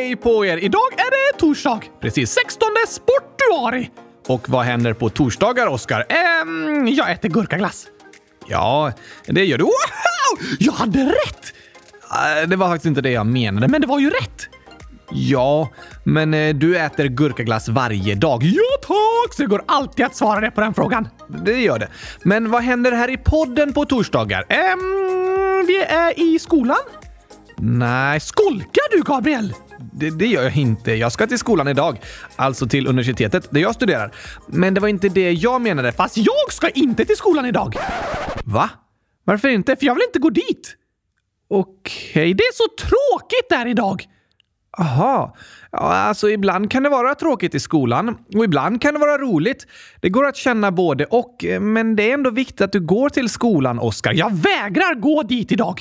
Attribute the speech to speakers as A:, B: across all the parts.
A: Hej på er! Idag är det torsdag, precis 16 sportuari. Och vad händer på torsdagar, Oskar? Jag äter gurkaglass. Ja, det gör du. Wow! Jag hade rätt! Det var faktiskt inte det jag menade, men det var ju rätt. Ja, men du äter gurkaglass varje dag. Ja tack, så det går alltid att svara det på den frågan. Det gör det. Men vad händer här i podden på torsdagar? Vi är i skolan. Nej, skolkar du, Gabriel? Det gör jag inte. Jag ska till skolan idag. Alltså till universitetet där jag studerar. Men det var inte det jag menade. Fast jag ska inte till skolan idag. Va? Varför inte? För jag vill inte gå dit. Okej, det är så tråkigt där idag. Aha. Ja, alltså ibland kan det vara tråkigt i skolan och ibland kan det vara roligt. Det går att känna både och, men det är ändå viktigt att du går till skolan, Oskar. Jag vägrar gå dit idag.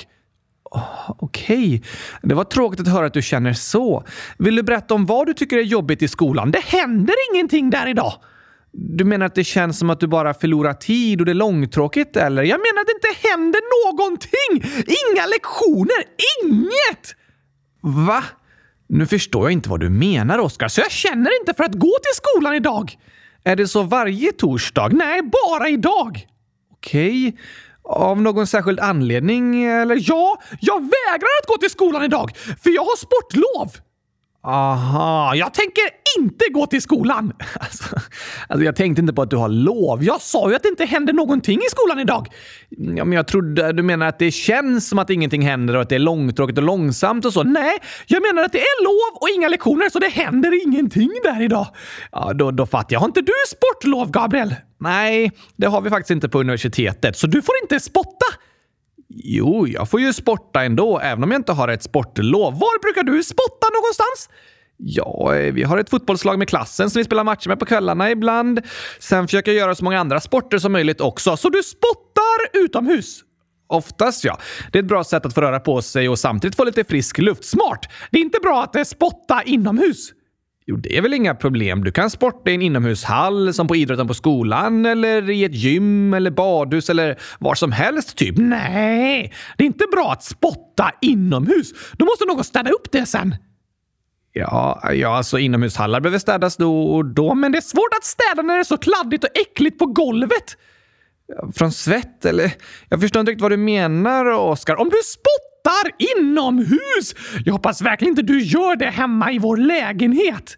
A: Okej. Det var tråkigt att höra att du känner så. Vill du berätta om vad du tycker är jobbigt i skolan? Det händer ingenting där idag. Du menar att det känns som att du bara förlorar tid och det är långtråkigt, eller? Jag menar att det inte händer någonting. Inga lektioner. Inget! Va? Nu förstår jag inte vad du menar, Oskar. Så jag känner inte för att gå till skolan idag. Är det så varje torsdag? Nej, bara idag. Okej. Av någon särskild anledning, eller? Ja, jag vägrar att gå till skolan idag, för jag har sportlov. Aha, jag tänker inte gå till skolan. Alltså jag tänkte inte på att du har lov. Jag sa ju att det inte händer någonting i skolan idag. Ja, men jag trodde du menar att det känns som att ingenting händer och att det är långtråkigt och långsamt och så. Nej, jag menar att det är lov och inga lektioner, så det händer ingenting där idag. Ja, då fattar jag. Har inte du sportlov, Gabriel? Nej, det har vi faktiskt inte på universitetet, så du får inte spotta. Jo, jag får ju sporta ändå, även om jag inte har ett sportlov. Var brukar du spotta någonstans? Ja, vi har ett fotbollslag med klassen som vi spelar matcher med på kvällarna ibland. Sen försöker jag göra så många andra sporter som möjligt också. Så du spottar utomhus? Oftast, ja. Det är ett bra sätt att få röra på sig och samtidigt få lite frisk luft. Smart! Det är inte bra att spotta inomhus. Jo, det är väl inga problem. Du kan sporta i en inomhushall som på idrotten på skolan eller i ett gym eller badhus eller var som helst typ. Nej, det är inte bra att spotta inomhus. Då måste någon städa upp det sen. Ja, alltså inomhushallar behöver städas då och då, men det är svårt att städa när det är så kladdigt och äckligt på golvet. Från svett eller? Jag förstår inte riktigt vad du menar, Oskar. Om du spottar inomhus! Jag hoppas verkligen inte du gör det hemma i vår lägenhet.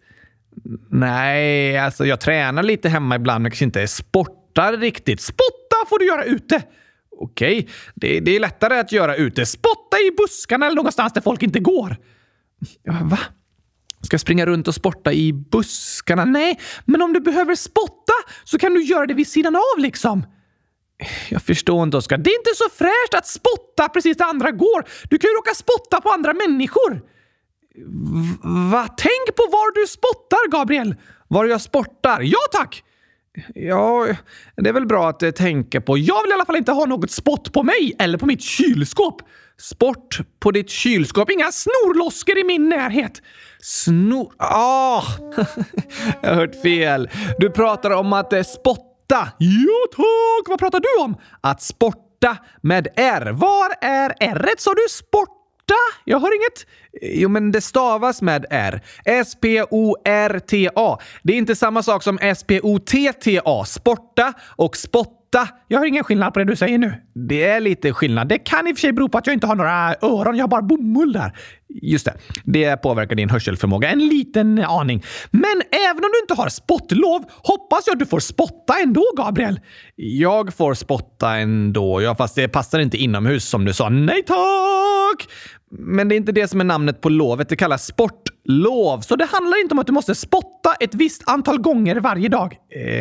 A: Nej, alltså jag tränar lite hemma ibland, men kanske inte sportar riktigt. Spotta får du göra ute. Okej, det är lättare att göra ute. Spotta i buskarna eller någonstans där folk inte går. Va? Ska jag springa runt och sporta i buskarna? Nej, men om du behöver spotta så kan du göra det vid sidan av liksom. Jag förstår inte, Oskar. Det är inte så fräscht att spotta precis där andra går. Du kan ju råka spotta på andra människor. Tänk på var du spottar, Gabriel. Var jag sportar. Ja, tack. Ja, det är väl bra att tänka på. Jag vill i alla fall inte ha något spott på mig eller på mitt kylskåp. Sport på ditt kylskåp. Inga snorlosker i min närhet. Jag har hört fel. Du pratar om att spotta. Ja, tack. Vad pratar du om? Att sporta med R. Var är R-et, sa du? Sporta? Jag har inget. Jo, men det stavas med R. S-P-O-R-T-A. Det är inte samma sak som S-P-O-T-T-A. Sporta och spotta. Jag har ingen skillnad på det du säger nu. Det är lite skillnad. Det kan i och för sig bero på att jag inte har några öron. Jag har bara bomull där. Just det. Det påverkar din hörselförmåga en liten aning. Men även om du inte har spottlov hoppas jag att du får spotta ändå, Gabriel. Jag får spotta ändå. Ja, fast det passar inte inomhus som du sa. Nej tack! Men det är inte det som är namnet på lovet. Det kallas sportlov. Så det handlar inte om att du måste spotta ett visst antal gånger varje dag.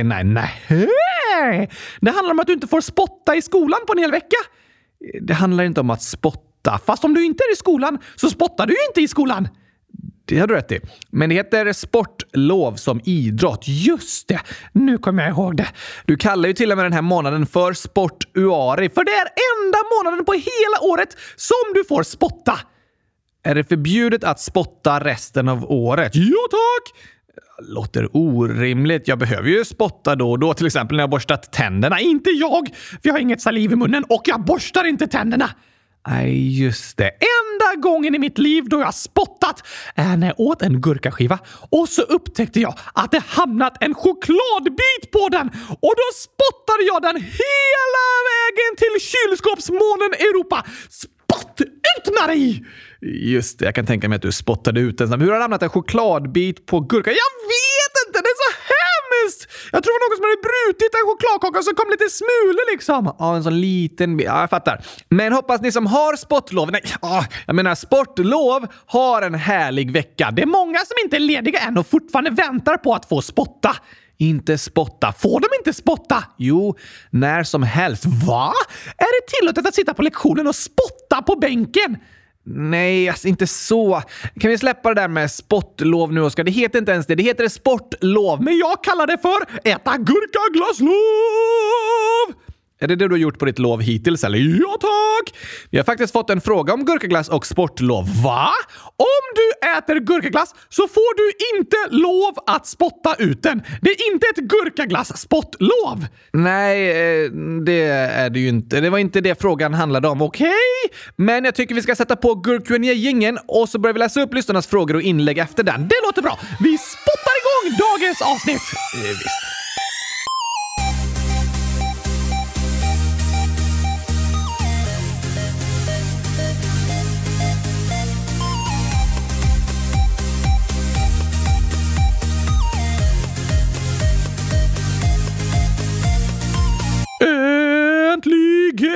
A: Nej. Det handlar om att du inte får spotta i skolan på en hel vecka. Det handlar inte om att spotta. Fast om du inte är i skolan så spottar du ju inte i skolan. Det har du rätt i. Men det heter sportlov som idrott. Just det. Nu kommer jag ihåg det. Du kallar ju till och med den här månaden för sportuari. För det är enda månaden på hela året som du får spotta. Är det förbjudet att spotta resten av året? Ja, tack! Låter orimligt. Jag behöver ju spotta då och då. Till exempel när jag borstat tänderna. Inte jag! För jag har inget saliv i munnen och jag borstar inte tänderna. Nej, just det. Enda gången i mitt liv då jag spottat är när jag åt en gurkaskiva och så upptäckte jag att det hamnat en chokladbit på den och då spottade jag den hela vägen till kylskåpsmånen Europa. Spott ut med dig! Just det, jag kan tänka mig att du spottade ut den. Hur har det hamnat en chokladbit på gurka? Jag vet inte, det är så hemskt! Jag tror det var någon som hade brutit en chokladkaka och så kom lite smulor liksom. Ja, en sån liten bit. Ja, jag fattar. Men hoppas ni som har sportlov, sportlov har en härlig vecka. Det är många som inte är lediga än och fortfarande väntar på att få spotta. Inte spotta. Får de inte spotta? Jo, när som helst. Va? Är det tillåtet att sitta på lektionen och spotta på bänken? Nej, alltså inte så. Kan vi släppa det där med sportlov nu, Oskar? Det heter inte ens det. Det heter sportlov. Men jag kallar det för äta gurkaglasslov! Är det du har gjort på ditt lov hittills, eller? Ja, tack! Vi har faktiskt fått en fråga om gurkaglass och sportlov. Va? Om du äter gurkaglass så får du inte lov att spotta ut den. Det är inte ett gurkaglass-sportlov. Nej, det är det ju inte. Det var inte det frågan handlade om, okej? Men jag tycker vi ska sätta på Gurkuenia-gingen och så börjar vi läsa upp lyssnarnas frågor och inlägg efter den. Det låter bra. Vi spottar igång dagens avsnitt. Visst. Äntligen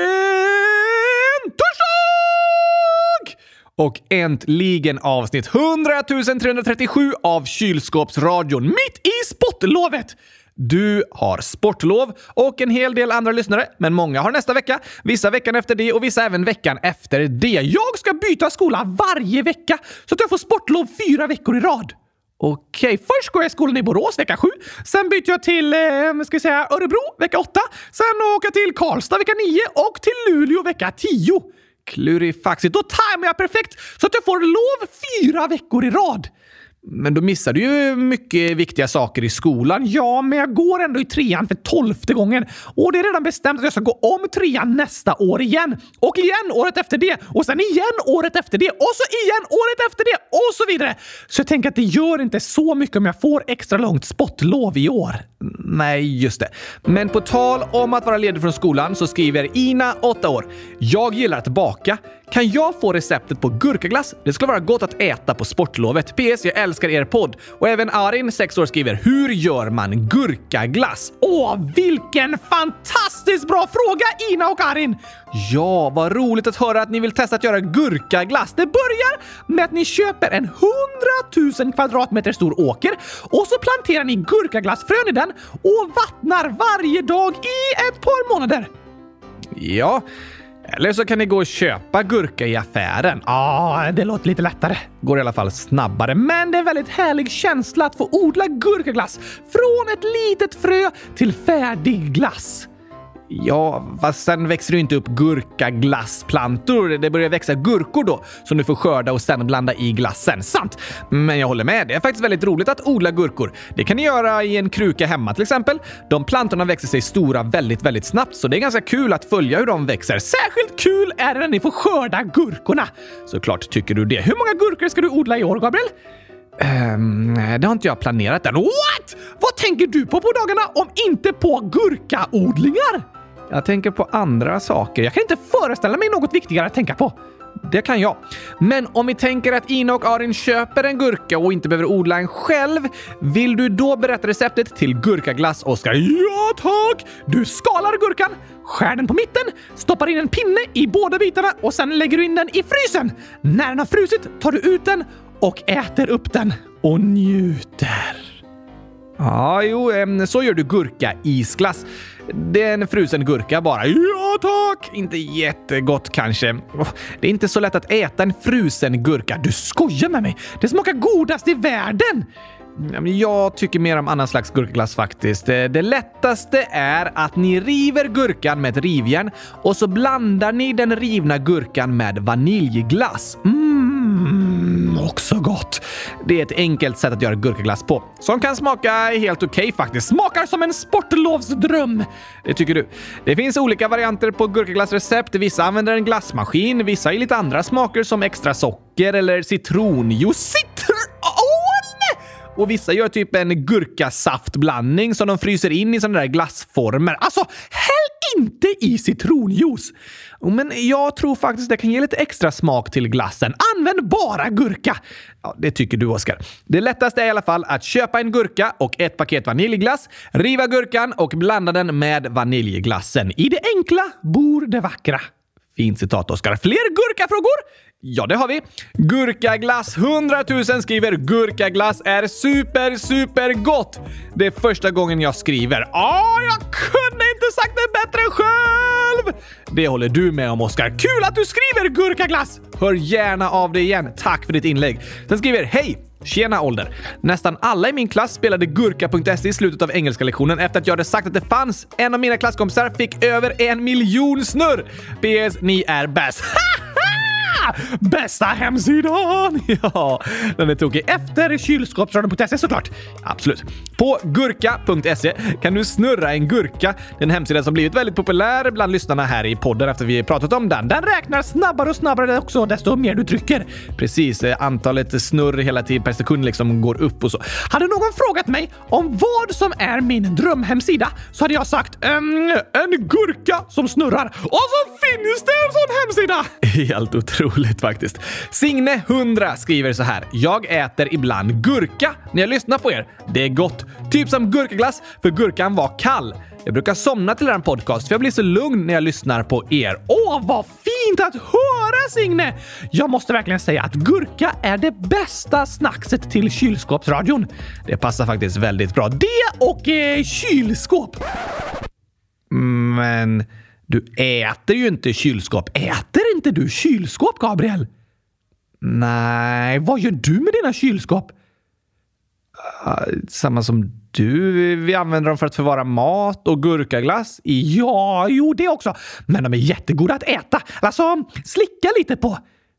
A: torsdag! Och äntligen avsnitt 100 337 av Kylskåpsradion mitt i sportlovet. Du har sportlov och en hel del andra lyssnare, men många har nästa vecka, vissa veckan efter det och vissa även veckan efter det. Jag ska byta skola varje vecka så att jag får sportlov 4 veckor i rad. Okej, först går jag i skolan i Borås vecka 7. Sen byter jag till Örebro vecka 8. Sen åker jag till Karlstad vecka 9 och till Luleå vecka 10. Klurifaxigt, då tajmar jag perfekt så att jag får lov 4 veckor i rad. Men då missar du ju mycket viktiga saker i skolan. Ja, men jag går ändå i 3:an för 12:e gången. Och det är redan bestämt att jag ska gå om 3:an nästa år igen. Och igen året efter det. Och sen igen året efter det. Och så igen året efter det. Och så vidare. Så jag tänker att det gör inte så mycket om jag får extra långt sportlov i år. Nej, just det. Men på tal om att vara ledig från skolan så skriver Ina, 8 år. Jag gillar att baka. Kan jag få receptet på gurkaglass? Det skulle vara gott att äta på sportlovet. PS, jag älskar er podd. Och även Arin, 6 år, skriver: hur gör man gurkaglass? Åh, vilken fantastiskt bra fråga, Ina och Arin! Ja, vad roligt att höra att ni vill testa att göra gurkaglass. Det börjar med att ni köper en 100 000 kvadratmeter stor åker och så planterar ni gurkaglassfrön i den och vattnar varje dag i ett par månader. Ja, eller så kan ni gå och köpa gurka i affären. Ja, det låter lite lättare. Går i alla fall snabbare. Men det är en väldigt härlig känsla att få odla gurkaglass från ett litet frö till färdig glass. Ja, fast sen växer det inte upp gurkaglassplantor. Det börjar växa gurkor då som du får skörda och sen blanda i glassen. Sant! Men jag håller med. Det är faktiskt väldigt roligt att odla gurkor. Det kan ni göra i en kruka hemma till exempel. De plantorna växer sig stora väldigt, väldigt snabbt så det är ganska kul att följa hur de växer. Särskilt kul är det när ni får skörda gurkorna. Såklart tycker du det. Hur många gurkor ska du odla i år, Gabriel? Det har inte jag planerat än. What? Vad tänker du på dagarna om inte på gurkaodlingar? Jag tänker på andra saker. Jag kan inte föreställa mig något viktigare att tänka på. Det kan jag. Men om vi tänker att Ina och Arin köper en gurka och inte behöver odla en själv, vill du då berätta receptet till gurkaglass, Oskar? Ja, tack! Du skalar gurkan, skär den på mitten, stoppar in en pinne i båda bitarna och sen lägger du in den i frysen. När den har frusit tar du ut den och äter upp den och njuter. Ja, så gör du gurka-isglass. Det är en frusen gurka bara. Ja, tack! Inte jättegott kanske. Det är inte så lätt att äta en frusen gurka. Du skojar med mig. Det smakar godast i världen. Jag tycker mer om annan slags gurkaglass faktiskt. Det lättaste är att ni river gurkan med ett rivjärn och så blandar ni den rivna gurkan med vaniljglass. Också gott. Det är ett enkelt sätt att göra gurkaglass på, som kan smaka helt okej faktiskt. Smakar som en sportlovsdröm. Det tycker du. Det finns olika varianter på gurkaglassrecept. Vissa använder en glassmaskin, vissa i lite andra smaker som extra socker eller citronjuice. Och vissa gör typ en gurkasaftblandning som de fryser in i sådana där glassformer. Alltså, häll inte i citronjuice! Men jag tror faktiskt det kan ge lite extra smak till glassen. Använd bara gurka! Ja, det tycker du, Oskar. Det lättaste är i alla fall att köpa en gurka och ett paket vaniljglass, riva gurkan och blanda den med vaniljglassen. I det enkla bor det vackra. Fint citat, Oskar. Fler gurkafrågor? Ja, det har vi. Gurkaglass 100 000 skriver gurkaglass är super gott. Det är första gången jag skriver. Jag kunde inte sagt det bättre själv. Det håller du med om, Oskar. Kul att du skriver gurkaglass. Hör gärna av dig igen. Tack för ditt inlägg. Den skriver hej. Tjena ålder. Nästan alla i min klass spelade gurka.se i slutet av engelska lektionen efter att jag hade sagt att det fanns. En av mina klasskompisar fick över 1 miljon snurr. PS, ni är bäst. Bästa hemsidan! Ja, den är tokig. Efter kylskåpsradion.se såklart. Absolut. På gurka.se kan du snurra en gurka. Den hemsidan som blivit väldigt populär bland lyssnarna här i podden efter vi pratat om den. Den räknar snabbare och snabbare också desto mer du trycker. Precis, antalet snurr hela tiden per sekund liksom går upp och så. Hade någon frågat mig om vad som är min drömhemsida så hade jag sagt en gurka som snurrar. Och så finns det en sån hemsida! Helt otroligt faktiskt. Signe 100 skriver så här. Jag äter ibland gurka när jag lyssnar på er. Det är gott. Typ som gurkaglass, för gurkan var kall. Jag brukar somna till er podcast för jag blir så lugn när jag lyssnar på er. Vad fint att höra, Signe! Jag måste verkligen säga att gurka är det bästa snackset till kylskåpsradion. Det passar faktiskt väldigt bra. Det och kylskåp. Men du äter ju inte kylskåp. Äter inte du kylskåp, Gabriel? Nej, vad gör du med dina kylskåp? Samma som du. Vi använder dem för att förvara mat och gurkaglass. Ja, jo, det också. Men de är jättegoda att äta. Alltså, slicka lite på.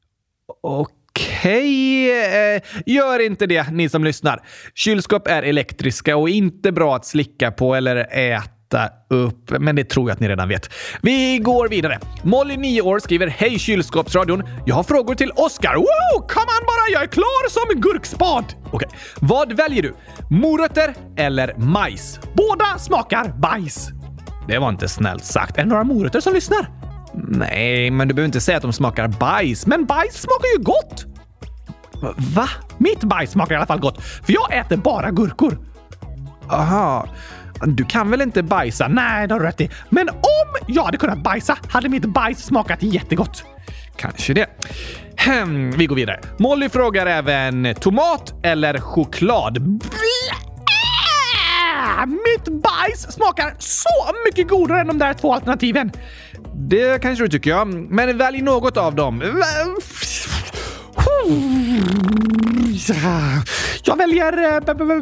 A: Okej, gör inte det, ni som lyssnar. Kylskåp är elektriska och inte bra att slicka på eller äta upp, men det tror jag att ni redan vet. Vi går vidare. Molly 9 år skriver hej kylskåpsradion. Jag har frågor till Oskar. Wow, come on bara, jag är klar som gurkspad. Okej, vad väljer du? Morötter eller majs? Båda smakar bajs. Det var inte snällt sagt. Är det några morötter som lyssnar? Nej, men du behöver inte säga att de smakar bajs. Men bajs smakar ju gott. Va? Mitt bajs smakar i alla fall gott, för jag äter bara gurkor. Aha. Du kan väl inte bajsa? Nej, det har du rätt i. Men om jag hade kunnat bajsa hade mitt bajs smakat jättegott. Kanske det. Vi går vidare. Molly frågar även tomat eller choklad. Mitt bajs smakar så mycket godare än de där 2 alternativen. Det kanske du tycker, ja. Men välj något av dem. Jag väljer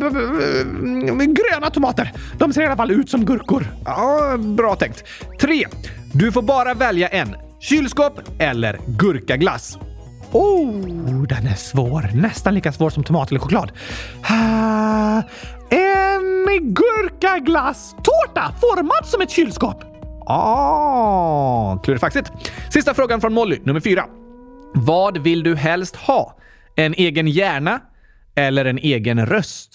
A: gröna tomater. De ser i alla fall ut som gurkor. Ja, bra tänkt. 3. Du får bara välja en. Kylskåp eller gurkaglass. Den är svår. Nästan lika svår som tomat eller choklad. En gurkaglass-tårta formad som ett kylskåp. Klurifaxigt. Sista frågan från Molly, nummer 4. Vad vill du helst ha? En egen hjärna eller en egen röst?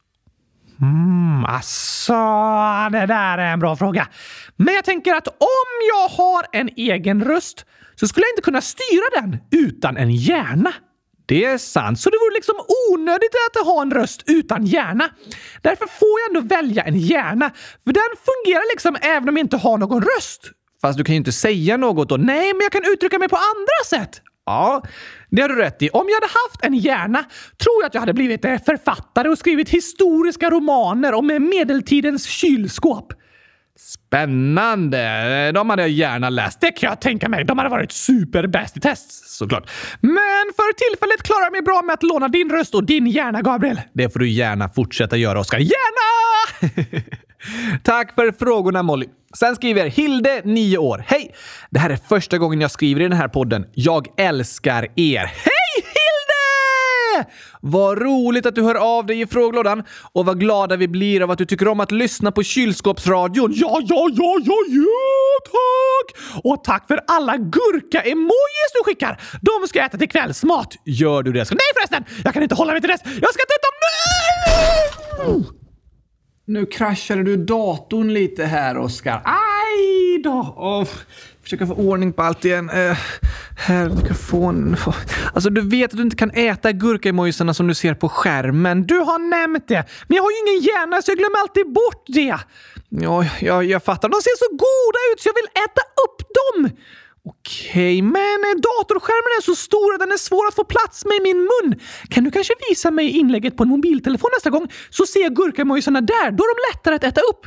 A: Det där är en bra fråga. Men jag tänker att om jag har en egen röst så skulle jag inte kunna styra den utan en hjärna. Det är sant, så det vore liksom onödigt att ha en röst utan hjärna. Därför får jag ändå välja en hjärna, för den fungerar liksom även om jag inte har någon röst. Fast du kan ju inte säga något då. Nej, men jag kan uttrycka mig på andra sätt. Ja, det har du rätt i. Om jag hade haft en hjärna tror jag att jag hade blivit författare och skrivit historiska romaner om medeltidens kylskåp. Spännande. De hade jag gärna läst. Det kan jag tänka mig. De hade varit superbäst i test, såklart. Men för tillfället klarar jag mig bra med att låna din röst och din hjärna, Gabriel. Det får du gärna fortsätta göra, Oskar. Gärna! Tack för frågorna, Molly. Sen skriver Hilde, 9 år. Hej! Det här är första gången jag skriver i den här podden. Jag älskar er. Hej, Hilde! Vad roligt att du hör av dig i frågelådan och vad glada vi blir av att du tycker om att lyssna på kylskåpsradion. Ja, tack! Och tack för alla gurka-emojis du skickar. De ska jag äta till kvällsmat. Gör du det? Nej förresten, jag kan inte hålla mig till dess. Jag ska ta ut dem nu! Nu kraschade du datorn lite här, Oskar. Aj då! Försöka få ordning på allt igen. Här, mikrofon. Alltså, du vet att du inte kan äta gurka-emojisarna som du ser på skärmen. Du har nämnt det. Men jag har ju ingen hjärna så jag glömmer alltid bort det. Ja, jag fattar. De ser så goda ut så jag vill äta upp dem. Okej, men datorskärmen är så stor att den är svår att få plats med i min mun. Kan du kanske visa mig inlägget på en mobiltelefon nästa gång så ser jag gurkamojisarna där. Då är de lättare att äta upp.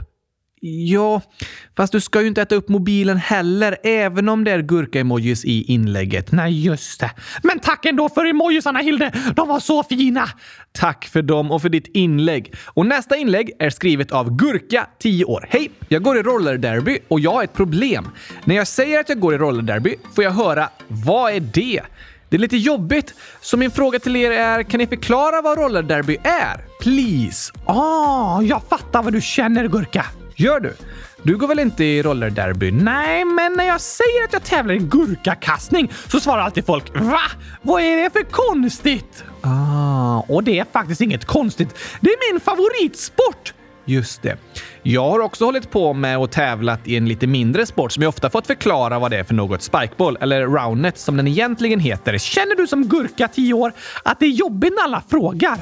A: Ja, fast du ska ju inte äta upp mobilen heller, även om det är gurka-emojis i inlägget. Nej, just det. Men tack ändå för emojisarna, Hilde. De var så fina. Tack för dem och för ditt inlägg. Och nästa inlägg är skrivet av Gurka, 10 år. Hej, jag går i rollerderby och jag har ett problem. När jag säger att jag går i rollerderby får jag höra, vad är det? Det är lite jobbigt, så min fråga till er är, kan ni förklara vad rollerderby är? Please. Jag fattar vad du känner, Gurka. Gör du? Du går väl inte i rollerderby? Nej, men när jag säger att jag tävlar i gurkakastning så svarar alltid folk, va? Vad är det för konstigt? Och det är faktiskt inget konstigt. Det är min favoritsport. Just det. Jag har också hållit på med och tävlat i en lite mindre sport som jag ofta fått förklara vad det är för något. Spikeball, eller roundnet som den egentligen heter. Känner du som Gurka 10 år att det är jobbigt när alla frågar?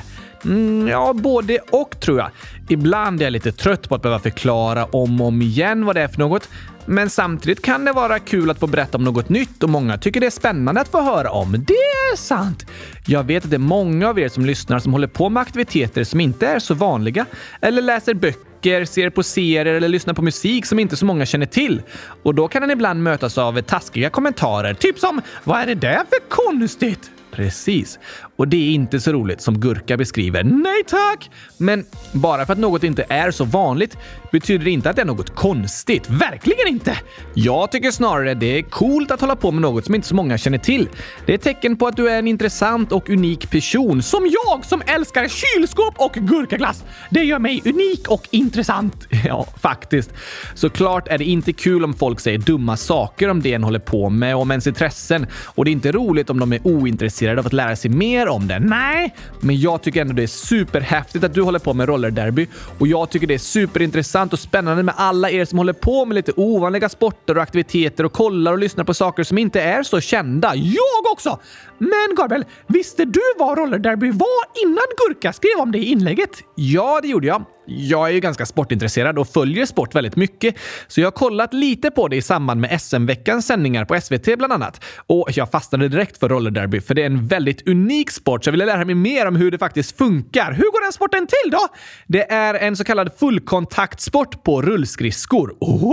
A: Ja, både och tror jag. Ibland är jag lite trött på att behöva förklara om och om igen vad det är för något. Men samtidigt kan det vara kul att få berätta om något nytt och många tycker det är spännande att få höra om. Det är sant! Jag vet att det är många av er som lyssnar som håller på med aktiviteter som inte är så vanliga. Eller läser böcker, ser på serier eller lyssnar på musik som inte så många känner till. Och då kan den ibland mötas av taskiga kommentarer. Typ som, vad är det där för konstigt? Precis. Och det är inte så roligt som Gurka beskriver. Nej tack! Men bara för att något inte är så vanligt betyder det inte att det är något konstigt. Verkligen inte! Jag tycker snarare det är coolt att hålla på med något som inte så många känner till. Det är ett tecken på att du är en intressant och unik person. Som jag som älskar kylskåp och gurkaglass. Det gör mig unik och intressant. Ja, faktiskt. Såklart är det inte kul om folk säger dumma saker om det en håller på med och om ens intressen. Och det är inte roligt om de är ointresserade av att lära sig mer om det. Nej, men jag tycker ändå det är superhäftigt att du håller på med rollerderby och jag tycker det är superintressant och spännande med alla er som håller på med lite ovanliga sporter och aktiviteter och kollar och lyssnar på saker som inte är så kända. Jag också! Men Gabriel, visste du vad rollerderby var innan Gurka skrev om det i inlägget? Ja, det gjorde jag. Jag är ju ganska sportintresserad och följer sport väldigt mycket. Så jag har kollat lite på det i samband med SM-veckans sändningar på SVT bland annat. Och jag fastnade direkt för rollerderby för det är en väldigt unik sport så jag ville lära mig mer om hur det faktiskt funkar. Hur går den sporten till då? Det är en så kallad fullkontaktsport på rullskridskor.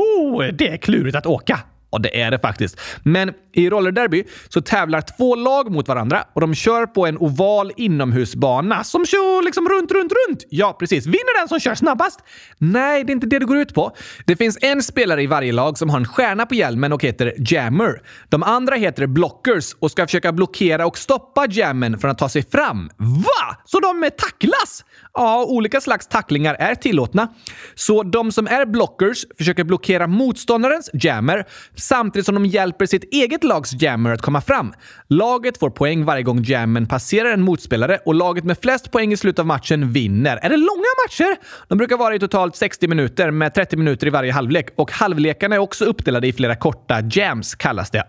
A: Det är klurigt att åka. Och det är det faktiskt. Men i rollerderby så tävlar 2 lag mot varandra och de kör på en oval inomhusbana som kör liksom runt. Ja, precis. Vinner den som kör snabbast? Nej, det är inte det går ut på. Det finns en spelare i varje lag som har en stjärna på hjälmen och heter Jammer. De andra heter Blockers och ska försöka blockera och stoppa Jammen från att ta sig fram. Va? Så de tacklas? Ja, olika slags tacklingar är tillåtna. Så de som är Blockers försöker blockera motståndarens Jammer samtidigt som de hjälper sitt eget lags Jammer att komma fram. Laget får poäng varje gång Jammen passerar en motspelare och laget med flest poäng i slutet av matchen vinner. Är det långa matcher? De brukar vara i totalt 60 minuter med 30 minuter i varje halvlek och halvlekarna är också uppdelade i flera korta jams kallas det.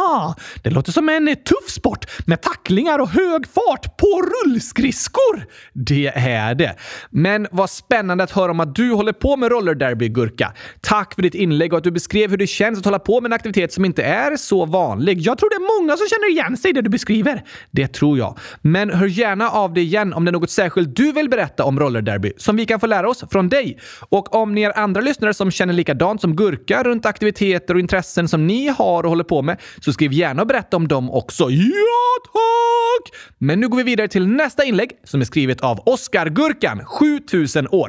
A: Det låter som en tuff sport med tacklingar och hög fart på rullskridskor. Det är det. Men vad spännande att höra om att du håller på med rollerderby, Gurka. Tack för ditt inlägg och att du beskrev hur det känns att hålla på med en aktivitet som inte är så vanlig. Jag tror det är många som känner igen sig i det du beskriver. Det tror jag. Men hör gärna av dig igen om det är något särskilt du vill berätta om rollerderby som vi kan få lära oss från dig. Och om ni är andra lyssnare som känner likadant som Gurka runt aktiviteter och intressen som ni har och håller på med så skriv gärna och berätta om dem också. Ja, tack! Men nu går vi vidare till nästa inlägg som är skrivet av Oskar Gurkan, 7000 år.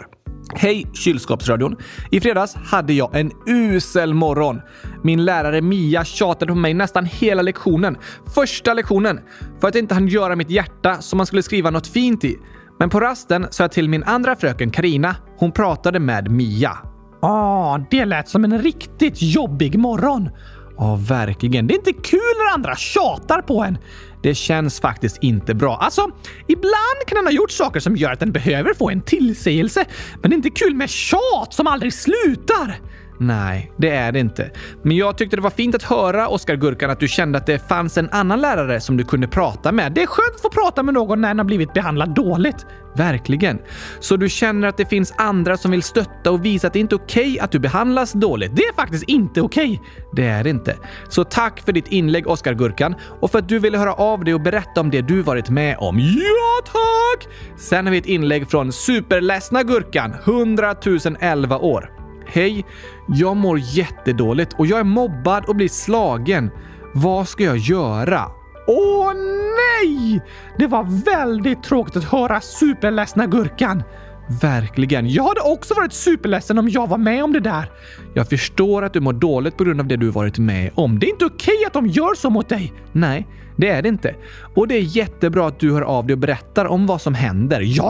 A: Hej kylskåpsradion. I fredags hade jag en usel morgon. Min lärare Mia tjatade på mig nästan hela lektionen. Första lektionen. För att inte han göra mitt hjärta som man skulle skriva något fint i. Men på rasten sa jag till min andra fröken Karina. Hon pratade med Mia. Det lät som en riktigt jobbig morgon. Ja, verkligen. Det är inte kul när andra tjatar på en. Det känns faktiskt inte bra. Alltså, ibland kan han ha gjort saker som gör att den behöver få en tillsägelse. Men det är inte kul med tjat som aldrig slutar. Nej, det är det inte. Men jag tyckte det var fint att höra, Oskar Gurkan, att du kände att det fanns en annan lärare som du kunde prata med. Det är skönt att få prata med någon när den har blivit behandlad dåligt. Verkligen. Så du känner att det finns andra som vill stötta och visa att det inte är okej att du behandlas dåligt. Det är faktiskt inte okej. Det är det inte. Så tack för ditt inlägg, Oskar Gurkan, och för att du ville höra av dig och berätta om det du varit med om. Ja, tack! Sen har vi ett inlägg från superledsna Gurkan, 100 011 år. Hej, jag mår jättedåligt och jag är mobbad och blir slagen. Vad ska jag göra? Åh nej! Det var väldigt tråkigt att höra superledsna Gurkan. Verkligen. Jag hade också varit superledsen om jag var med om det där. Jag förstår att du mår dåligt på grund av det du varit med om. Det är inte okej att de gör så mot dig. Nej, det är det inte. Och det är jättebra att du hör av dig och berättar om vad som händer. Ja,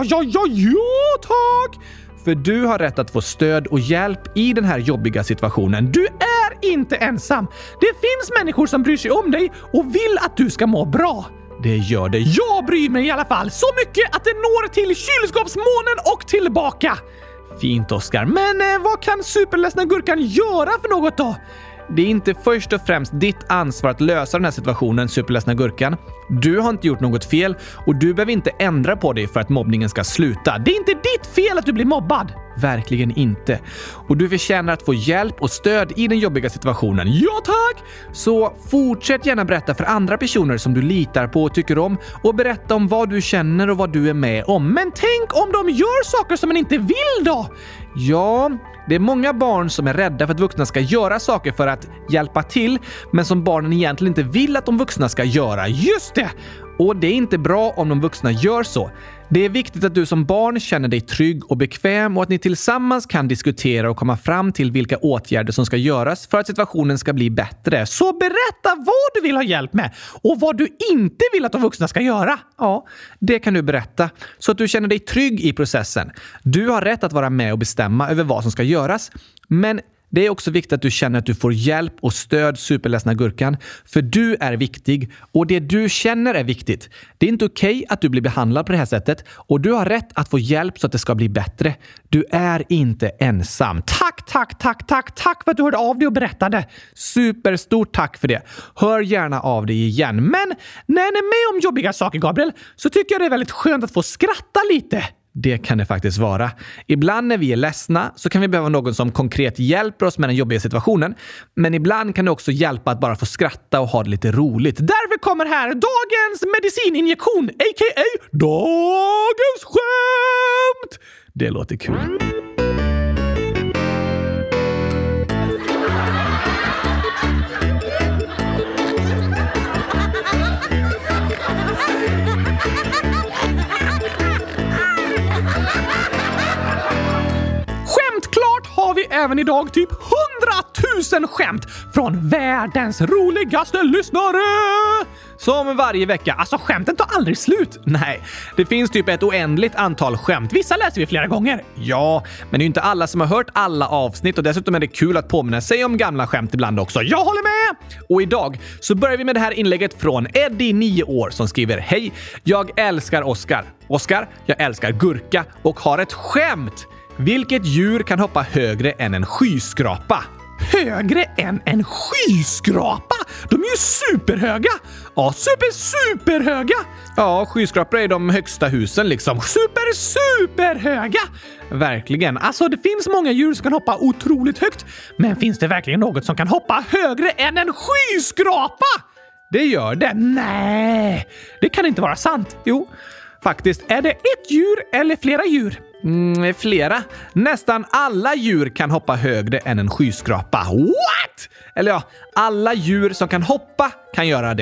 A: tack! För du har rätt att få stöd och hjälp i den här jobbiga situationen. Du är inte ensam. Det finns människor som bryr sig om dig och vill att du ska må bra. Det gör det. Jag bryr mig i alla fall så mycket att det når till kylskåpsmånen och tillbaka. Fint, Oskar. Men vad kan superledsna Gurkan göra för något då? Det är inte först och främst ditt ansvar att lösa den här situationen, superledsna Gurkan. Du har inte gjort något fel och du behöver inte ändra på dig för att mobbningen ska sluta. Det är inte ditt fel att du blir mobbad. Verkligen inte. Och du förtjänar att få hjälp och stöd i den jobbiga situationen. Ja, tack! Så fortsätt gärna berätta för andra personer som du litar på och tycker om och berätta om vad du känner och vad du är med om. Men tänk om de gör saker som man inte vill då? Ja, det är många barn som är rädda för att vuxna ska göra saker för att hjälpa till, men som barnen egentligen inte vill att de vuxna ska göra. Just det! Och det är inte bra om de vuxna gör så. Det är viktigt att du som barn känner dig trygg och bekväm och att ni tillsammans kan diskutera och komma fram till vilka åtgärder som ska göras för att situationen ska bli bättre. Så berätta vad du vill ha hjälp med och vad du inte vill att de vuxna ska göra. Ja, det kan du berätta så att du känner dig trygg i processen. Du har rätt att vara med och bestämma över vad som ska göras, men det är också viktigt att du känner att du får hjälp och stöd, superledsna Gurkan. För du är viktig och det du känner är viktigt. Det är inte okej att du blir behandlad på det här sättet och du har rätt att få hjälp så att det ska bli bättre. Du är inte ensam. Tack för att du hörde av dig och berättade. Superstort tack för det. Hör gärna av dig igen. Men när ni är med om jobbiga saker, Gabriel, så tycker jag det är väldigt skönt att få skratta lite. Det kan det faktiskt vara. Ibland när vi är ledsna så kan vi behöva någon som konkret hjälper oss med den jobbiga situationen. Men ibland kan det också hjälpa att bara få skratta och ha det lite roligt. Därför kommer här dagens medicininjektion, a.k.a. dagens skämt. Det låter kul. Har vi även idag typ 100 000 skämt från världens roligaste lyssnare. Som varje vecka. Alltså skämten tar aldrig slut. Nej, det finns typ ett oändligt antal skämt. Vissa läser vi flera gånger. Ja, men det är ju inte alla som har hört alla avsnitt och dessutom är det kul att påminna sig om gamla skämt ibland också. Jag håller med! Och idag så börjar vi med det här inlägget från Eddie, 9 år, som skriver: Hej, jag älskar Oskar. Oskar, jag älskar gurka och har ett skämt. Vilket djur kan hoppa högre än en skyskrapa? Högre än en skyskrapa? De är ju superhöga! Ja, superhöga! Ja, skyskrapor är de högsta husen liksom. Superhöga! Verkligen. Alltså det finns många djur som kan hoppa otroligt högt. Men finns det verkligen något som kan hoppa högre än en skyskrapa? Det gör det. Nej, det kan inte vara sant. Jo, faktiskt. Är det ett djur eller flera djur? Flera. Nästan alla djur kan hoppa högre än en skyskrapa. What? Eller ja, alla djur som kan hoppa kan göra det.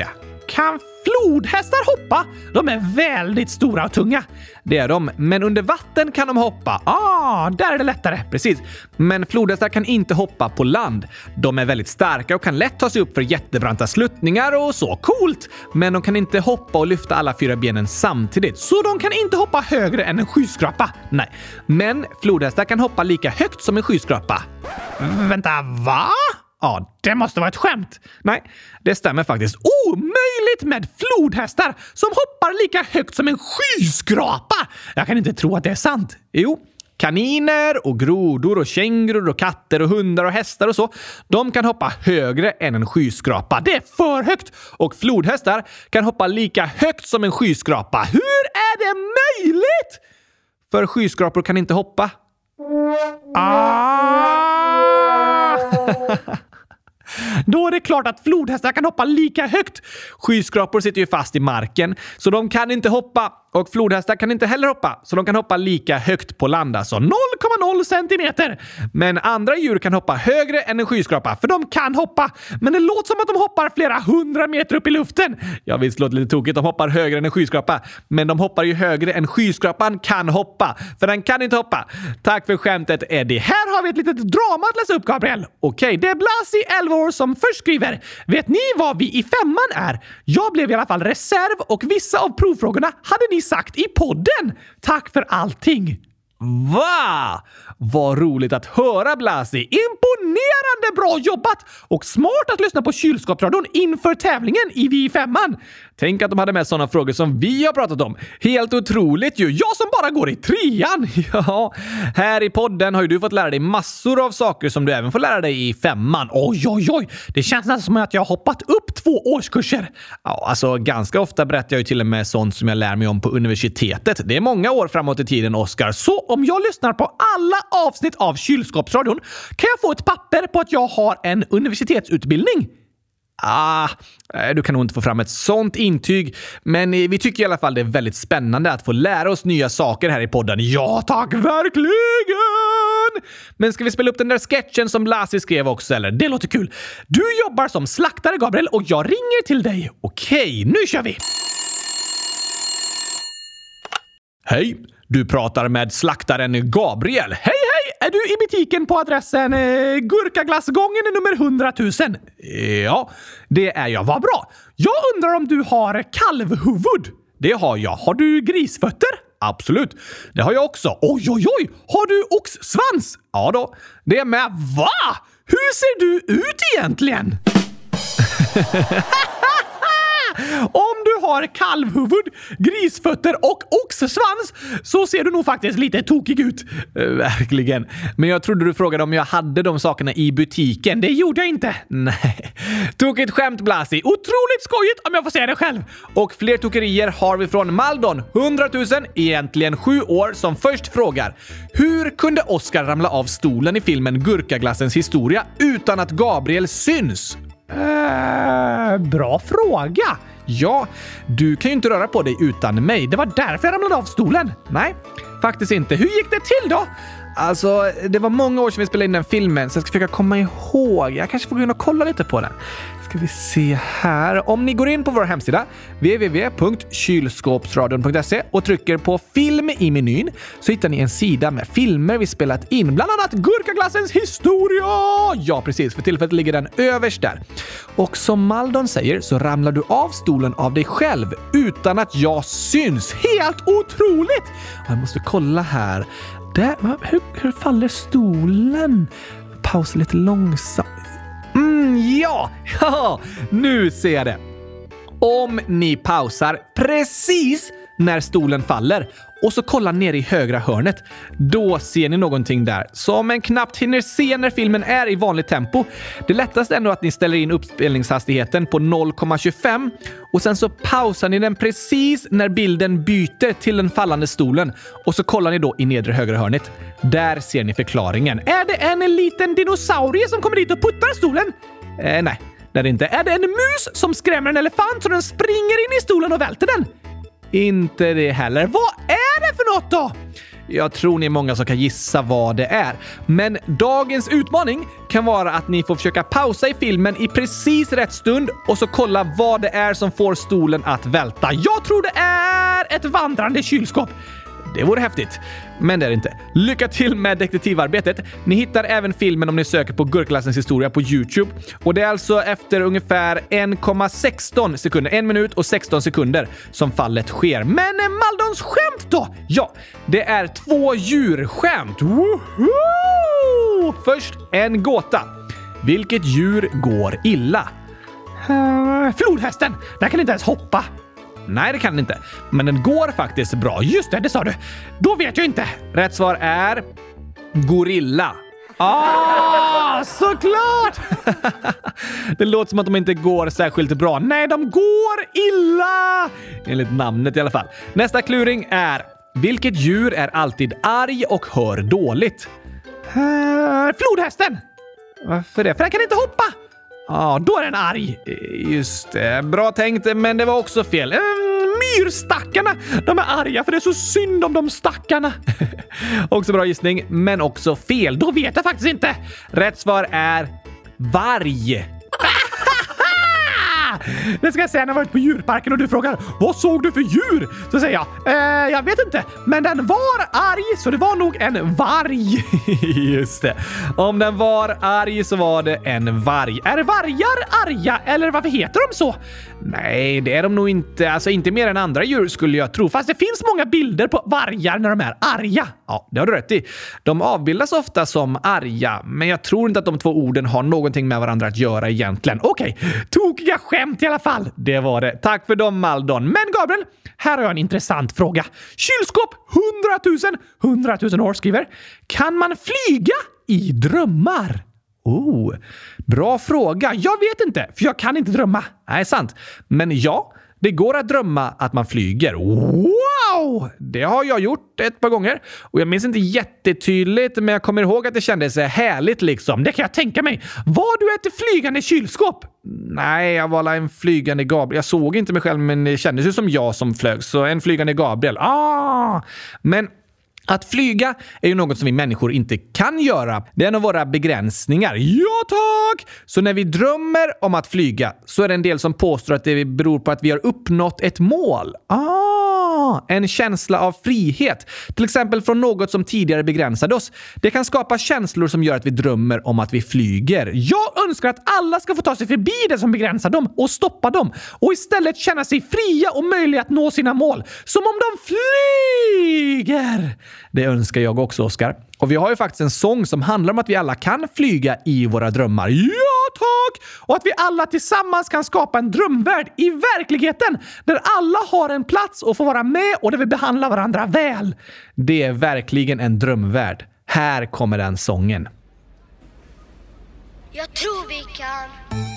A: Kan flodhästar hoppa? De är väldigt stora och tunga. Det är de, men under vatten kan de hoppa. Där är det lättare. Precis. Men flodhästar kan inte hoppa på land. De är väldigt starka och kan lätt ta sig upp för jättebranta sluttningar och så. Coolt! Men de kan inte hoppa och lyfta alla 4 benen samtidigt. Så de kan inte hoppa högre än en skyskrapa. Nej. Men flodhästar kan hoppa lika högt som en skyskrapa. Vänta, va? Ja, det måste vara ett skämt. Nej, det stämmer faktiskt. Omöjligt med flodhästar som hoppar lika högt som en skyskrapa. Jag kan inte tro att det är sant. Jo, kaniner och grodor och kängurur och katter och hundar och hästar och så. De kan hoppa högre än en skyskrapa. Det är för högt. Och flodhästar kan hoppa lika högt som en skyskrapa. Hur är det möjligt? För skyskrapor kan inte hoppa. Då är det klart att flodhästar kan hoppa lika högt. Skyskrapor sitter ju fast i marken, så de kan inte hoppa. Och flodhästar kan inte heller hoppa, så de kan hoppa lika högt på land, alltså 0,0 centimeter. Men andra djur kan hoppa högre än en skyskrapa, för de kan hoppa. Men det låter som att de hoppar flera 100 meter upp i luften. Ja, visst låter lite tokigt, de hoppar högre än en skyskrapa. Men de hoppar ju högre än skyskrapan kan hoppa, för den kan inte hoppa. Tack för skämtet, Eddie. Här har vi ett litet drama att läsa upp, Gabriel. Okej, det är Blasi, 11 år, som först skriver: vet ni vad vi i 5:an är? Jag blev i alla fall reserv och vissa av provfrågorna hade ni sagt i podden. Tack för allting. Va? Vad roligt att höra, Blasi. Imponerande bra jobbat! Och smart att lyssna på kylskåpsradion inför tävlingen i Vi i 5:an. Tänk att de hade med sådana frågor som vi har pratat om. Helt otroligt ju. Jag som bara går i 3:an. Ja, här i podden har ju du fått lära dig massor av saker som du även får lära dig i 5:an. Oj. Det känns nästan som att jag har hoppat upp 2 årskurser. Ja, alltså ganska ofta berättar jag ju till och med sånt som jag lär mig om på universitetet. Det är många år framåt i tiden, Oskar. Så om jag lyssnar på alla avsnitt av kylskåpsradion kan jag få ett papper på att jag har en universitetsutbildning. Du kan nog inte få fram ett sånt intyg, men vi tycker i alla fall det är väldigt spännande att få lära oss nya saker här i podden. Ja, tack, verkligen! Men ska vi spela upp den där sketchen som Lassie skrev också, eller? Det låter kul. Du jobbar som slaktare, Gabriel, och jag ringer till dig. Okej, nu kör vi! Hej, du pratar med slaktaren Gabriel. Hej! Är du i butiken på adressen Gurkaglassgången nummer 100 000? Ja, det är jag. Vad bra. Jag undrar om du har kalvhuvud? Det har jag. Har du grisfötter? Absolut. Det har jag också. Oj. Har du oxsvans? Ja då. Det är med. Va? Hur ser du ut egentligen? Om du har kalvhuvud, grisfötter och oxsvans så ser du nog faktiskt lite tokig ut. Verkligen. Men jag trodde du frågade om jag hade de sakerna i butiken. Det gjorde jag inte. Nej. Tokigt skämt, Blasi. Otroligt skojigt om jag får säga det själv. Och fler tokerier har vi från Maldon. 100 000, egentligen 7 år, som först frågar: hur kunde Oskar ramla av stolen i filmen Gurkaglassens historia utan att Gabriel syns? Bra fråga. Ja, du kan ju inte röra på dig utan mig. Det var därför jag ramlade av stolen. Nej, faktiskt inte. Hur gick det till då? Alltså, det var många år sedan vi spelade in den filmen, så jag ska försöka komma ihåg. Jag kanske får gå in och kolla lite på den. Ska vi se här. Om ni går in på vår hemsida www.kylskåpsradion.se och trycker på film i menyn så hittar ni en sida med filmer vi spelat in. Bland annat Gurkaglassens historia! Ja, precis. För tillfället ligger den överst där. Och som Maldon säger så ramlar du av stolen av dig själv utan att jag syns. Helt otroligt! Jag måste kolla här. Där, hur faller stolen? Pausa lite långsamt. Ja, nu ser jag det. Om ni pausar precis när stolen faller och så kollar ner i högra hörnet, då ser ni någonting där som en knappt hinner se när filmen är i vanligt tempo. Det lättaste är ändå att ni ställer in uppspelningshastigheten på 0,25 och sen så pausar ni den precis när bilden byter till den fallande stolen och så kollar ni då i nedre högra hörnet. Där ser ni förklaringen. Är det en liten dinosaurie som kommer dit och puttar stolen? Nej, det är det inte. Är det en mus som skrämmer en elefant så den springer in i stolen och välter den? Inte det heller. Vad är det för något då? Jag tror ni är många som kan gissa vad det är. Men dagens utmaning kan vara att ni får försöka pausa i filmen i precis rätt stund och så kolla vad det är som får stolen att välta. Jag tror det är ett vandrande kylskåp. Det vore häftigt, men det är det inte. Lycka till med detektivarbetet. Ni hittar även filmen om ni söker på Gurkaglassens historia på YouTube. Och det är alltså efter ungefär 1,16 sekunder, 1 minut och 16 sekunder som fallet sker. Men Maldons skämt då? Ja, det är 2 djurskämt. Woho! Först en gåta. Vilket djur går illa? Flodhästen. Den kan inte ens hoppa. Nej, det kan den inte. Men den går faktiskt bra. Just det sa du. Då vet jag inte. Rätt svar är gorilla. Såklart! Det låter som att de inte går särskilt bra. Nej, de går illa! Enligt namnet i alla fall. Nästa kluring är: vilket djur är alltid arg och hör dåligt? Flodhästen! Varför det? För den kan inte hoppa! Ja, då är den arg. Just det. Bra tänkt, men det var också fel. Myrstackarna! De är arga för det är så synd om de stackarna. Också bra gissning, men också fel. Då vet jag faktiskt inte. Rätt svar är varg. Det ska jag säga när jag varit på djurparken och du frågar: vad såg du för djur? Så säger jag vet inte, men den var arg, så det var nog en varg. Just det. Om den var arg så var det en varg. Är vargar arga, eller varför heter de så? Nej, det är de nog inte. Alltså inte mer än andra djur skulle jag tro. Fast det finns många bilder på vargar när de är arga. Ja, det har du rätt i. De avbildas ofta som arga, men jag tror inte att de två orden har någonting med varandra att göra egentligen. Okej, tokiga skämt i alla fall. Det var det. Tack för dem, Maldon. Men Gabriel, här har jag en intressant fråga. Kylskåp 100 000 år skriver: kan man flyga i drömmar? Bra fråga. Jag vet inte, för jag kan inte drömma. Nej, sant. Men ja, det går att drömma att man flyger. Wow! Det har jag gjort ett par gånger. Och jag minns inte jättetydligt, men jag kommer ihåg att det kändes härligt liksom. Det kan jag tänka mig. Var du ett flygande kylskåp? Nej, jag var en flygande Gabriel. Jag såg inte mig själv, men det kändes ju som jag som flög. Så en flygande Gabriel. Men att flyga är ju något som vi människor inte kan göra. Det är en av våra begränsningar. Ja, tack! Så när vi drömmer om att flyga så är det en del som påstår att det beror på att vi har uppnått ett mål. En känsla av frihet. Till exempel från något som tidigare begränsade oss. Det kan skapa känslor som gör att vi drömmer om att vi flyger. Jag önskar att alla ska få ta sig förbi det som begränsar dem och stoppa dem. Och istället känna sig fria och möjliga att nå sina mål. Som om de flyger! Det önskar jag också, Oskar. Och vi har ju faktiskt en sång som handlar om att vi alla kan flyga i våra drömmar. Ja, tack! Och att vi alla tillsammans kan skapa en drömvärld i verkligheten där alla har en plats och får vara med och där vi behandlar varandra väl. Det är verkligen en drömvärld. Här kommer den sången.
B: Jag tror vi kan.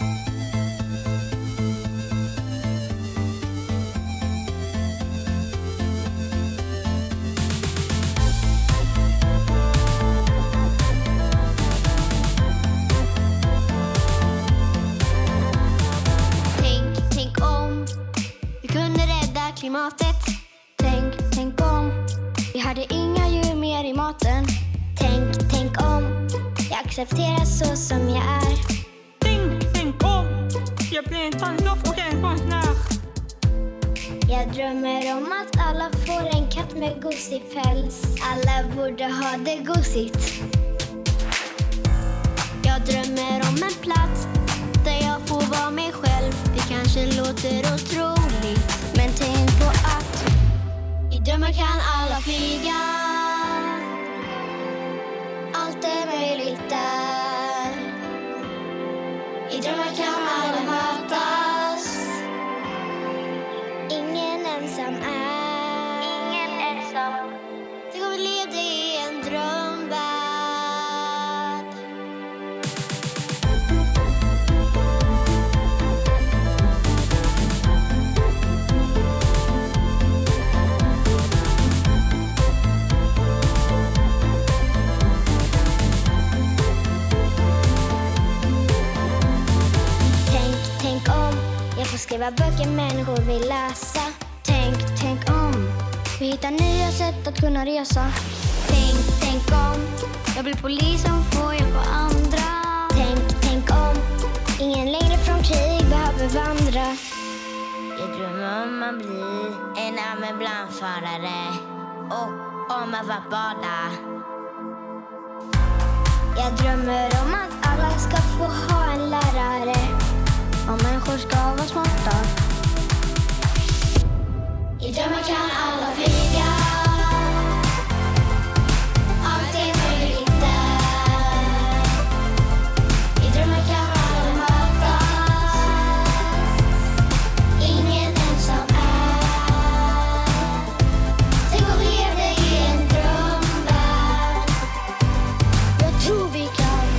C: Klimatet. Tänk om vi hade inga djur mer i maten. Tänk om jag accepterar så som jag är.
D: Tänk om jag blir en tandlopp och en konstnär.
C: Jag drömmer om att alla får en katt med gosig päls. Alla borde ha det gosigt. Jag drömmer om en plats där jag får vara mig själv. Det kanske låter otroligt, men tänk på att i drömmar kan alla flyga. Allt är möjligt där. I drömmar kan alla mötas. Ingen ensam är.
B: Ingen ensam.
C: Tänk om vi levde i en drömvärld. Tänk om jag får skriva böcker människor vill läsa. Tänk om Vi hittar nya sätt att kunna resa. Tänk om. Jag blir polis som får hjälpa andra. Tänk om. Ingen längre från krig behöver vandra.
E: Jag drömmer om att bli en ambulansförare och om att vara bada.
C: Jag drömmer om att alla ska få ha en lärare. Och människor ska vara smarta. I drömmen kan alla flyga. Allt är möjligt där. I drömmen kan alla mötas. Ingen ensam är. Tänk om vi levde i en drömvärld. Jag tror vi kan.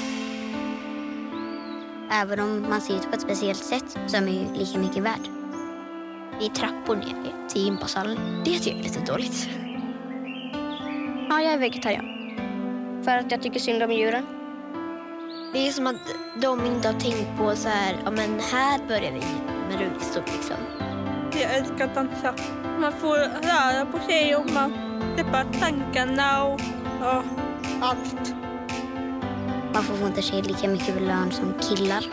C: Även om man ser ut på ett speciellt sätt så är man ju lika mycket värd. Vi är trappor ner till gympasalen. Det tycker jag är lite dåligt. Ja, jag är vegetarian. För att jag tycker synd om djuren. Det är som att de inte har tänkt på så här, ja men här börjar vi med rullstol liksom.
D: Jag älskar att dansa. Man får röra på sig och man släpper tankarna och allt.
C: Man får inte sig lika mycket lön som killar.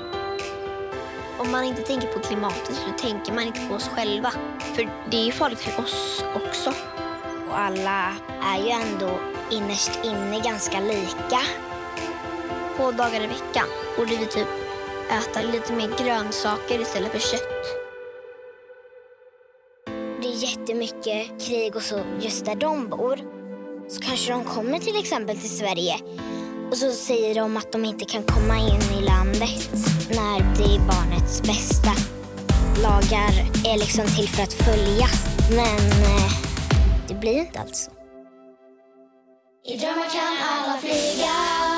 C: Om man inte tänker på klimatet så tänker man inte på oss själva. För det är ju farligt för oss också.
E: Och alla är ju ändå innerst inne ganska lika.
C: 2 dagar i veckan borde vi typ äta lite mer grönsaker istället för kött.
E: Det är jättemycket krig och så just där de bor. Så kanske de kommer till exempel till Sverige. Och så säger de att de inte kan komma in i landet när det är barnets bästa. Lagar är liksom till för att följa. Men det blir inte alls så.
C: I drömmar kan alla flyga.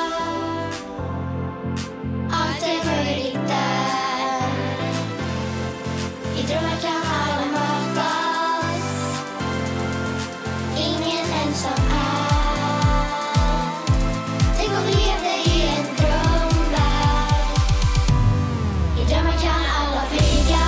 C: Allt är möjligt där. I drömmar kan alla mötas. Ingen ensam är. Tänk om vi levde i en drömvärld. I drömmar kan alla flyga.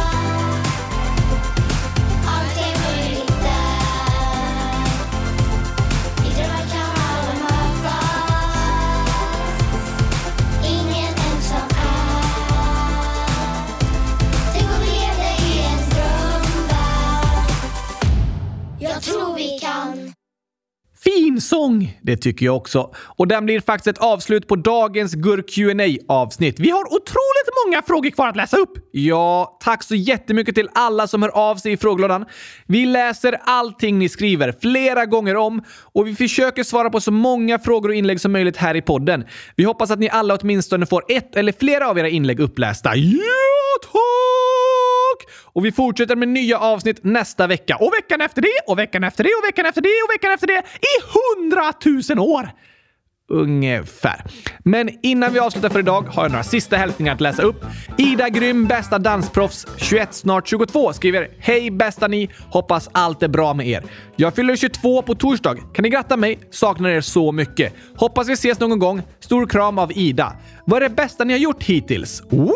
C: Allt är möjligt där. I drömmar kan alla mötas. Ingen ensam är. Tänk om vi levde i en drömvärld. Jag tror vi kan.
A: Fin sång! Det tycker jag också. Och den blir faktiskt ett avslut på dagens GURK Q&A-avsnitt. Vi har otroligt många frågor kvar att läsa upp. Ja, tack så jättemycket till alla som hör av sig i frågelådan. Vi läser allting ni skriver flera gånger om och vi försöker svara på så många frågor och inlägg som möjligt här i podden. Vi hoppas att ni alla åtminstone får ett eller flera av era inlägg upplästa. Ja, tack! Och vi fortsätter med nya avsnitt nästa vecka. Och veckan efter det, och veckan efter det, och veckan efter det, och veckan efter det. I 100 000 år! Ungefär. Men innan vi avslutar för idag har jag några sista hälsningar att läsa upp. Ida Grym, bästa dansproffs, 21 snart 22, skriver: Hej bästa ni, hoppas allt är bra med er. Jag fyller 22 på torsdag. Kan ni gratta mig? Saknar er så mycket. Hoppas vi ses någon gång. Stor kram av Ida. Vad är det bästa ni har gjort hittills? Woho!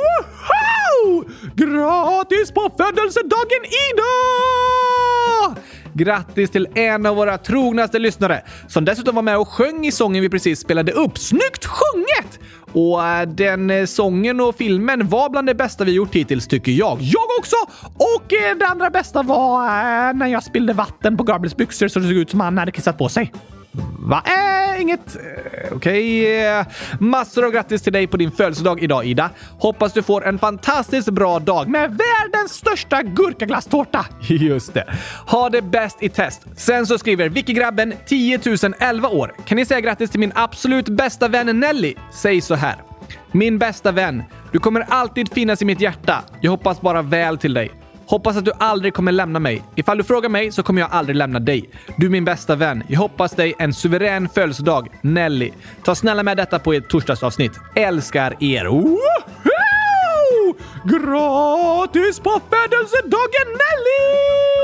A: Gratis på födelsedagen Ida! Grattis till en av våra trognaste lyssnare som dessutom var med och sjöng i sången vi precis spelade upp. Snyggt sjunget! Och den sången och filmen var bland det bästa vi gjort hittills tycker jag. Jag också! Och det andra bästa var när jag spillde vatten på Gabriels byxor så det såg ut som han hade kissat på sig. Va? Inget? Okej. Massor av grattis till dig på din födelsedag idag, Ida. Hoppas du får en fantastiskt bra dag med världens största gurkaglasstårta. Just det. Ha det bäst i test. Sen så skriver Vicky-grabben 10 011 år. Kan ni säga grattis till min absolut bästa vän Nelly? Säg så här. Min bästa vän, du kommer alltid finnas i mitt hjärta. Jag hoppas bara väl till dig. Hoppas att du aldrig kommer lämna mig. Ifall du frågar mig så kommer jag aldrig lämna dig. Du är min bästa vän. Jag hoppas dig en suverän födelsedag, Nelly. Ta snälla med detta på ett torsdagsavsnitt. Älskar er. Woho! Gratis på födelsedagen,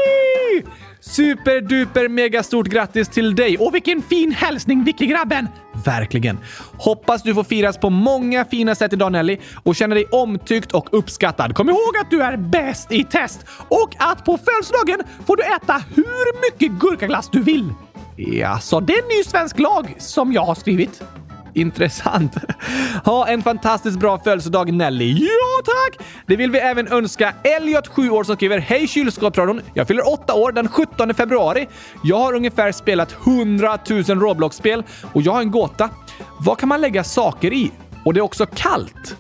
A: Nelly! Superduper mega stort grattis till dig. Och vilken fin hälsning, Vicky-grabben. verkligen. Hoppas du får firas på många fina sätt idag, Nelly, och känner dig omtyckt och uppskattad. Kom ihåg att du är bäst i test och att på födelsedagen får du äta hur mycket gurkaglass du vill. Ja, så det är en ny svensk lag som jag har skrivit. Intressant. Ha en fantastiskt bra födelsedag, Nelly. Ja, tack! Det vill vi även önska Elliot, 7 år, som skriver: Hej kylskåpsradion, jag fyller 8 år den 17 februari. Jag har ungefär spelat 100 000 Roblox-spel och jag har en gåta. Vad kan man lägga saker i? Och det är också kallt.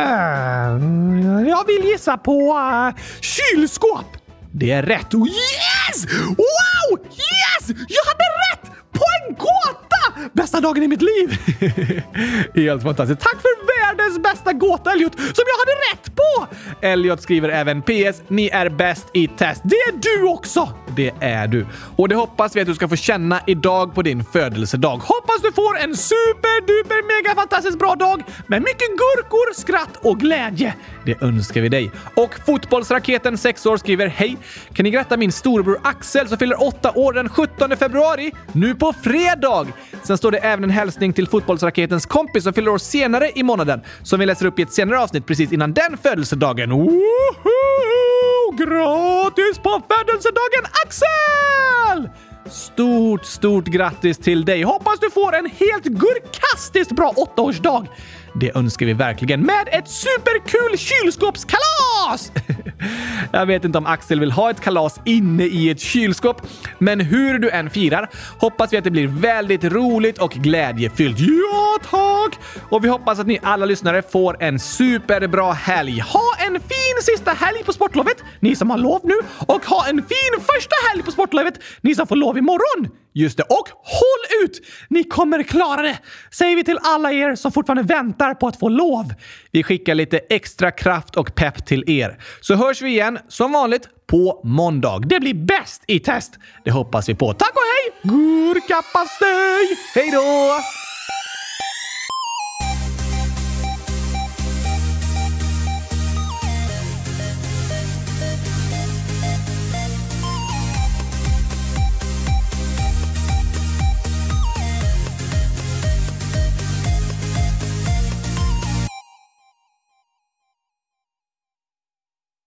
A: Jag vill gissa på kylskåp. Det är rätt. Oh, yes! Wow! Yes! Jag hade rätt! På en gåta! Bästa dagen i mitt liv. Helt fantastiskt. Tack för världens bästa gåta, Elliot, som jag hade rätt på. Elliot skriver även: PS, ni är bäst i test. Det är du också. Det är du. Och det hoppas vi att du ska få känna idag på din födelsedag. Hoppas du får en superduper mega fantastiskt bra dag med mycket gurkor, skratt och glädje. Det önskar vi dig. Och fotbollsraketen 6 år skriver: Hej, kan ni gratta min storebror Axel som fyller 8 år den 17 februari? Nu på fredag. Sen står det även en hälsning till fotbollsraketens kompis som fyller år senare i månaden, som vi läser upp i ett senare avsnitt precis innan den födelsedagen. Woho! Gratis på födelsedagen, Axel! Stort grattis till dig. Hoppas du får en helt gurkastiskt bra 8-årsdag. Det önskar vi verkligen, med ett superkul kylskåpskalas! Jag vet inte om Axel vill ha ett kalas inne i ett kylskåp, men hur du än firar hoppas vi att det blir väldigt roligt och glädjefyllt. Ja, tack! Och vi hoppas att ni alla lyssnare får en superbra helg. Ha en fin sista helg på sportlovet, ni som har lov nu, och ha en fin första helg på sportlovet, ni som får lov imorgon. Just det, och håll ut! Ni kommer klara det, säger vi till alla er som fortfarande väntar på att få lov. Vi skickar lite extra kraft och pepp till er. Så hörs vi igen som vanligt på måndag. Det blir bäst i test. Det hoppas vi på. Tack och hej! Gurkapastej! Hej då!